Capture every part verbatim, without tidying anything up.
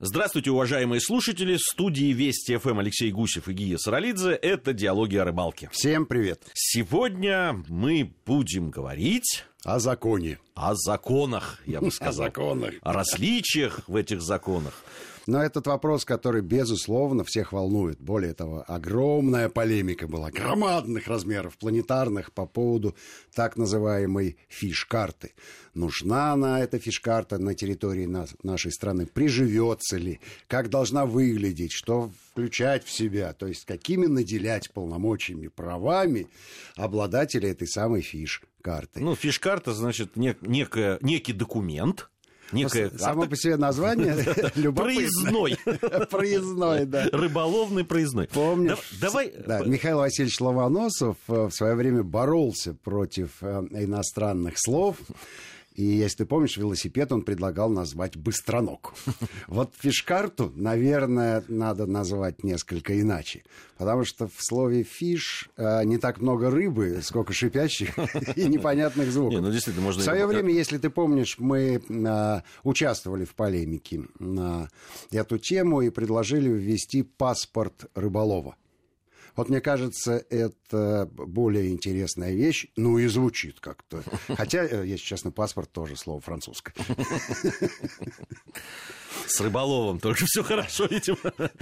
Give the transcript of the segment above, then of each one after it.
Здравствуйте, уважаемые слушатели. В студии Вести ФМ Алексей Гусев и Гия Саралидзе. Это «Диалоги о рыбалке». Всем привет. Сегодня мы будем говорить... О законе. О законах, я бы сказал. О законах. О различиях в этих законах. Но этот вопрос, который, безусловно, всех волнует. Более того, огромная полемика была громадных размеров, планетарных, по поводу так называемой фиш-карты. Нужна она, эта фиш-карта, на территории нас, нашей страны? Приживется ли? Как должна выглядеть? Что включать в себя? То есть, какими наделять полномочиями, правами обладателя этой самой фиш-карты? Ну, фиш-карта, значит, нек- некая, некий документ. Некая Само по себе название проездной. Проездной, да. Рыболовный проездной. Помнишь? Давай... Да, Михаил Васильевич Ломоносов в свое время боролся против иностранных слов. И, если ты помнишь, велосипед он предлагал назвать «быстроног». Вот фиш-карту, наверное, надо назвать несколько иначе. Потому что в слове «фиш» не так много рыбы, сколько шипящих и непонятных звуков. Не, ну, действительно, можно... В свое время, если ты помнишь, мы а, участвовали в полемике на эту тему и предложили ввести паспорт рыболова. Вот мне кажется, это более интересная вещь, ну и звучит как-то. Хотя, если честно, паспорт тоже слово французское. С рыболовом тоже все хорошо, видимо.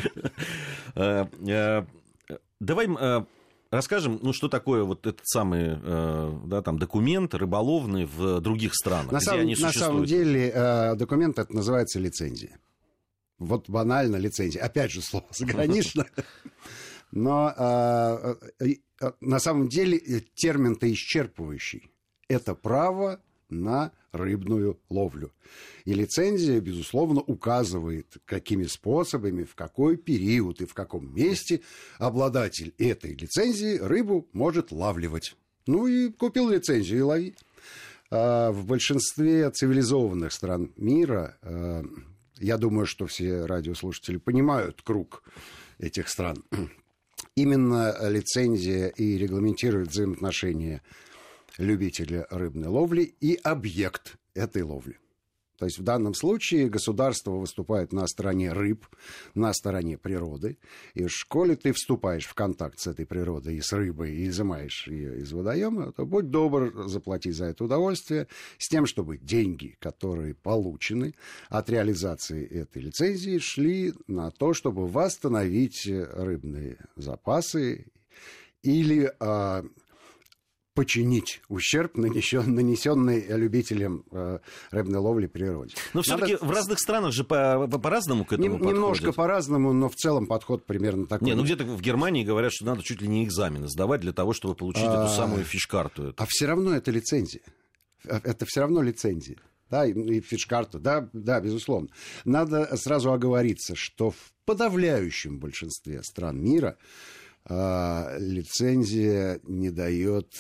Давай расскажем, ну, что такое вот этот самый, да, там, документ рыболовный в других странах, на где самом, они на существуют. На самом деле документ это называется лицензия. Вот банально лицензия. Опять же, слово заграничное. Но э, э, на самом деле термин-то исчерпывающий. Это право на рыбную ловлю. И лицензия, безусловно, указывает, какими способами, в какой период и в каком месте обладатель этой лицензии рыбу может лавливать. Ну и купил лицензию и лови. А в большинстве цивилизованных стран мира, э, я думаю, что все радиослушатели понимают круг этих стран. Именно лицензия и регламентирует взаимоотношения любителя рыбной ловли и объект этой ловли. То есть в данном случае государство выступает на стороне рыб, на стороне природы. И в школе ты вступаешь в контакт с этой природой и с рыбой, и изымаешь ее из водоема, то будь добр, заплати за это удовольствие, с тем, чтобы деньги, которые получены от реализации этой лицензии, шли на то, чтобы восстановить рыбные запасы или... А, починить ущерб, нанесен, нанесенный любителям э, рыбной ловли природе. Но все-таки Надо... в разных странах же по- по- по-разному к этому Нем- подходят. Немножко по-разному, но в целом подход примерно такой. Не, ну где-то в Германии говорят, что надо чуть ли не экзамены сдавать для того, чтобы получить а... эту самую фиш-карту. А все равно это лицензия. Это все равно лицензия. Да, и фиш-карту, да, да, безусловно. Надо сразу оговориться, что в подавляющем большинстве стран мира э, лицензия не дает...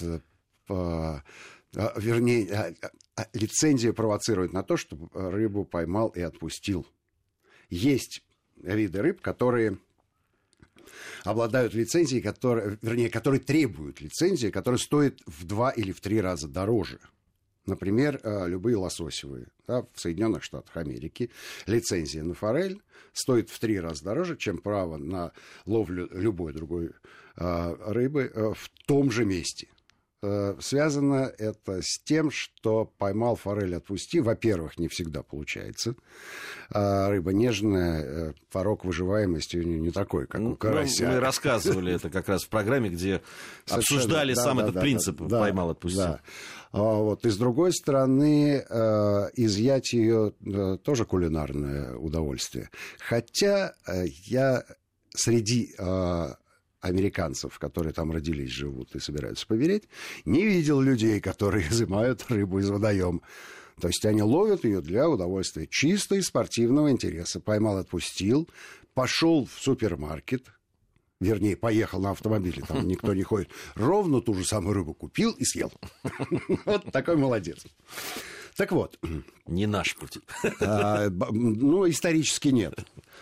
Вернее, лицензия провоцирует на то, чтобы рыбу поймал и отпустил. Есть виды рыб, которые обладают лицензией, которые, вернее, которые требуют лицензии, которая стоит в два или в три раза дороже. Например, любые лососевые. Да, в Соединенных Штатах Америки лицензия на форель стоит в три раза дороже, чем право на ловлю любой другой рыбы в том же месте. Связано это с тем, что поймал форель, отпусти. Во-первых, не всегда получается. Рыба нежная, порог выживаемости у нее не такой, как у карася. Ну, мы рассказывали это как раз в программе, где Совершенно, обсуждали да, сам да, этот да, принцип да, поймал, отпусти. Да. Вот. И с другой стороны, изъять ее тоже кулинарное удовольствие. Хотя я среди... американцев, которые там родились, живут и собираются помереть, не видел людей, которые изымают рыбу из водоема. То есть они ловят ее для удовольствия, чисто из спортивного интереса. Поймал, отпустил, пошел в супермаркет, вернее, поехал на автомобиле, там никто не ходит, ровно ту же самую рыбу купил и съел. Вот такой молодец. Так вот. Не наш путь. Ну, исторически нет.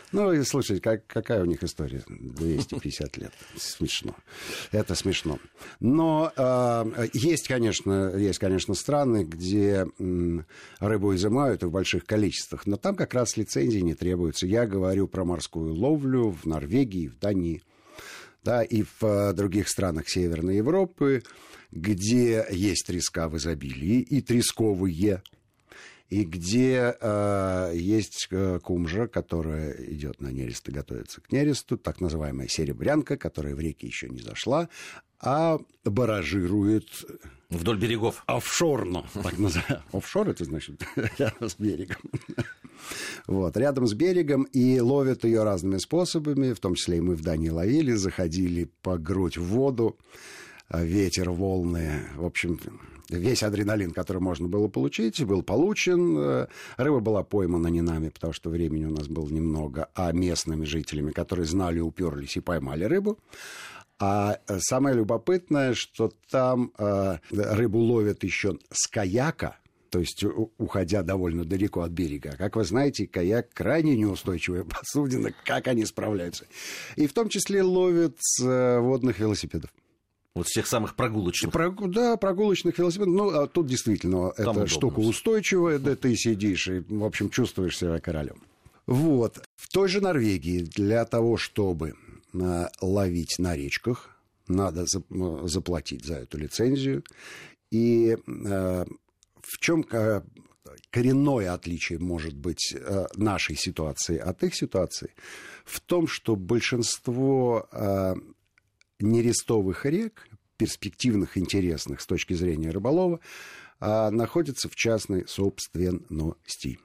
Ну, и слушай, как, какая у них история? двести пятьдесят лет. Смешно. Это смешно. Но э, есть, конечно, есть, конечно, страны, где э, рыбу изымают и в больших количествах, но там как раз лицензии не требуются. Я говорю про морскую ловлю в Норвегии, в Дании, да, и в э, других странах Северной Европы, где есть треска в изобилии и тресковые, и где э, есть э, кумжа, которая идет на нерест и готовится к нересту, так называемая серебрянка, которая в реки еще не зашла, а баражирует вдоль берегов. Офшорно, так называемое. Офшор — это значит рядом с берегом. Вот, рядом с берегом, и ловят ее разными способами, в том числе и мы в Дании ловили, заходили по грудь в воду, ветер, волны, в общем, весь адреналин, который можно было получить, был получен. Рыба была поймана не нами, потому что времени у нас было немного, а местными жителями, которые знали, уперлись и поймали рыбу. А самое любопытное, что там э, рыбу ловят еще с каяка, то есть уходя довольно далеко от берега. Как вы знаете, каяк крайне неустойчивая посудина, как они справляются. И в том числе ловят с э, водных велосипедов. Вот с тех самых прогулочных. Про, да, прогулочных велосипедов. Ну, а тут действительно там эта штука устойчивая, да ты сидишь и, в общем, чувствуешь себя королем. Вот. В той же Норвегии для того, чтобы э, ловить на речках, надо за, э, заплатить за эту лицензию. И э, в чем э, коренное отличие может быть э, нашей ситуации от их ситуации? В том, что большинство Э, нерестовых рек, перспективных, интересных с точки зрения рыболова, находятся в частной собственности.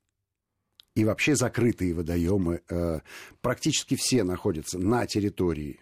И вообще закрытые водоемы, практически все находятся на территории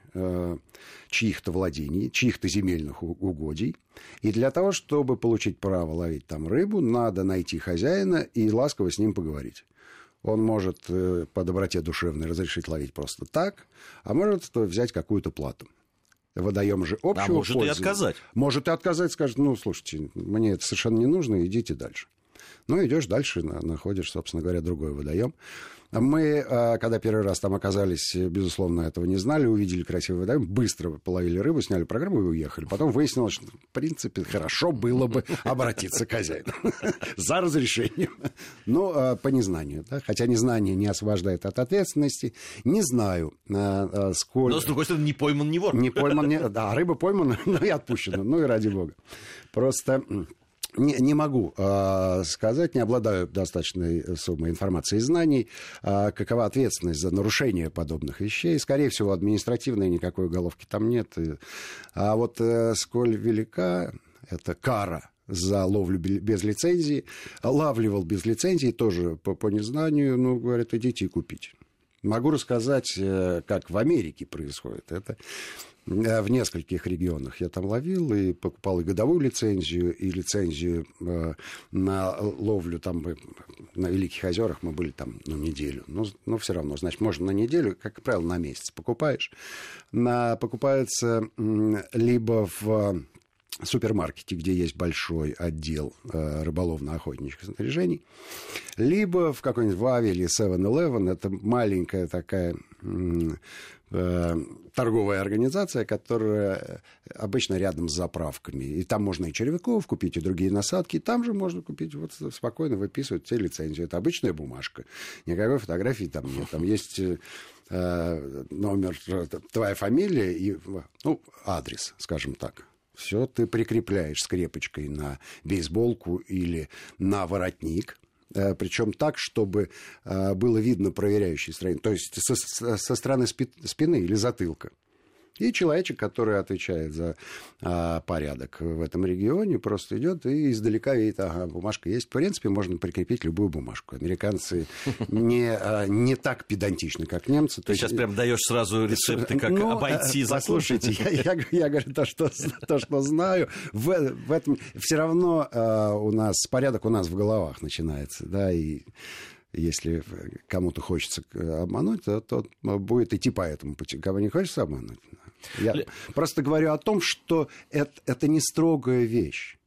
чьих-то владений, чьих-то земельных угодий. И для того, чтобы получить право ловить там рыбу, надо найти хозяина и ласково с ним поговорить. Он может по доброте душевной разрешить ловить просто так, а может взять какую-то плату. Водоем же общего а может пользования. И отказать. Может и отказать, скажет, ну, слушайте, мне это совершенно не нужно, идите дальше. Ну, идешь дальше, находишь, собственно говоря, другой водоем. Мы, когда первый раз там оказались, безусловно, этого не знали, увидели красивый водоем, быстро половили рыбу, сняли программу и уехали. Потом выяснилось, что, в принципе, хорошо было бы обратиться к хозяину за разрешением. Но по незнанию. Да? Хотя незнание не освобождает от ответственности. Не знаю, сколько... Но, с другой стороны, не пойман, не вор. Не пойман, не... Да, рыба поймана, но и отпущена. Ну и ради бога. Просто... Не, не могу э, сказать, не обладаю достаточной суммой информации и знаний, э, какова ответственность за нарушение подобных вещей. Скорее всего, административной, никакой уголовки там нет. А вот э, сколь велика эта кара за ловлю без лицензии, лавливал без лицензии тоже по, по незнанию, ну, говорят, идите и купите. Могу рассказать, э, как в Америке происходит это. В нескольких регионах я там ловил и покупал и годовую лицензию, и лицензию э, на ловлю там на Великих озерах. Мы были там ну, неделю. Но, но все равно, значит, можно на неделю, как правило, на месяц покупаешь. На, покупается э, либо в супермаркете, где есть большой отдел э, рыболовно-охотничьих снаряжений, либо в какой-нибудь Ваве или севен элевен. Это маленькая такая... Э, торговая организация, которая обычно рядом с заправками. И там можно и червяков купить, и другие насадки. И там же можно купить, вот спокойно выписывать тебе лицензию. Это обычная бумажка. Никакой фотографии там нет. Там есть э, номер, твоя фамилия и ну, адрес, скажем так. Все ты прикрепляешь скрепочкой на бейсболку или на воротник. Причем так, чтобы было видно проверяющей стороны, то есть со, со стороны спины или затылка. И человечек, который отвечает за а, порядок в этом регионе, просто идет и издалека видит, ага, бумажка есть. В принципе, можно прикрепить любую бумажку. Американцы не, а, не так педантичны, как немцы. Ты сейчас прям даешь сразу рецепты, как ну, обойти закон. Послушайте, я, я, я говорю то, что, то, что знаю. В, в этом все равно а, у нас порядок у нас в головах начинается, да, и... Если кому-то хочется обмануть, то, то будет идти по этому пути. Кому не хочется обмануть. Я Л... просто говорю о том, что это, это не строгая вещь.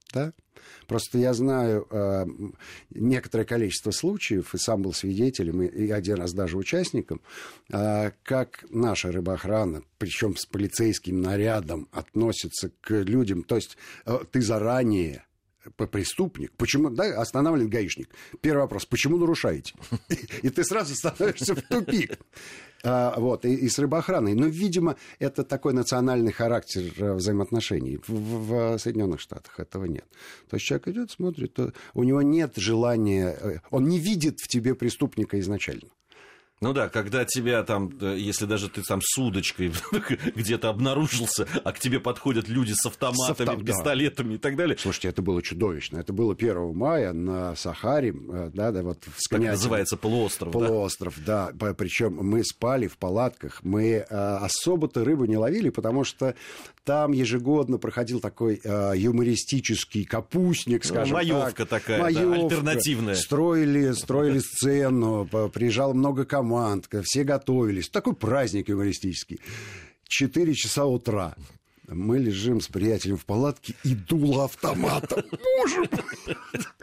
да? Просто я знаю э, некоторое количество случаев, и сам был свидетелем, и, и один раз даже участником, э, как наша рыбоохрана, причем с полицейским нарядом, относится к людям. То есть э, ты заранее преступник, почему, да, останавливает гаишник. Первый вопрос, почему нарушаете? И ты сразу становишься в тупик. А, вот, и, и с рыбоохраной. Но, видимо, это такой национальный характер взаимоотношений. В, в, в Соединенных Штатах этого нет. То есть человек идет, смотрит, то у него нет желания, он не видит в тебе преступника изначально. Ну да, когда тебя там, если даже ты там с удочкой где-то обнаружился, а к тебе подходят люди с автоматами, с авто... пистолетами да. и так далее. Слушайте, это было чудовищно. Это было первого мая на Сахаре, да, да, вот в Сканятине. Так называется полуостров, Полуостров, да. да. Причем мы спали в палатках, мы а, особо-то рыбу не ловили, потому что там ежегодно проходил такой а, юмористический капустник, скажем ну, маевка так. такая, маевка такая, да, альтернативная. Строили, строили сцену, приезжало много команд. Команд, все готовились. Такой праздник юмористический. Четыре часа утра. Мы лежим с приятелем в палатке, и дуло автомата. Боже мой!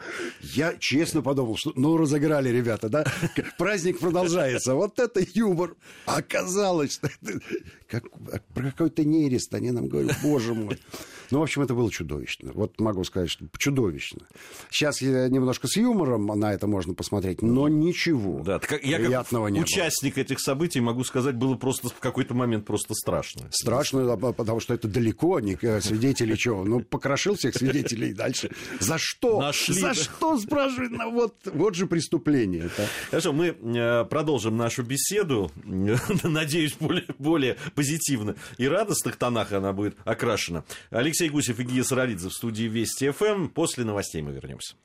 Я честно подумал, что ну разыграли ребята, да? Праздник продолжается. Вот это юмор. Оказалось, что это... Как... про какой-то нерест они нам говорят. Боже мой. Ну, в общем, это было чудовищно. Вот могу сказать, что чудовищно. Сейчас я немножко с юмором на это можно посмотреть, но ничего да, я приятного как не участник было. Этих событий могу сказать, было просто в какой-то момент просто страшно. Страшно, потому что это далеко не свидетели чего. Ну, покрошил всех свидетелей и дальше. За что? Нашли. За что, спрашивают? Ну, вот, вот же преступление. Это. Хорошо, мы продолжим нашу беседу. Надеюсь, более, более позитивно и радостных тонах она будет окрашена. Алексей Гусев и Гия Саралидзе в студии Вести ФМ. После новостей мы вернемся.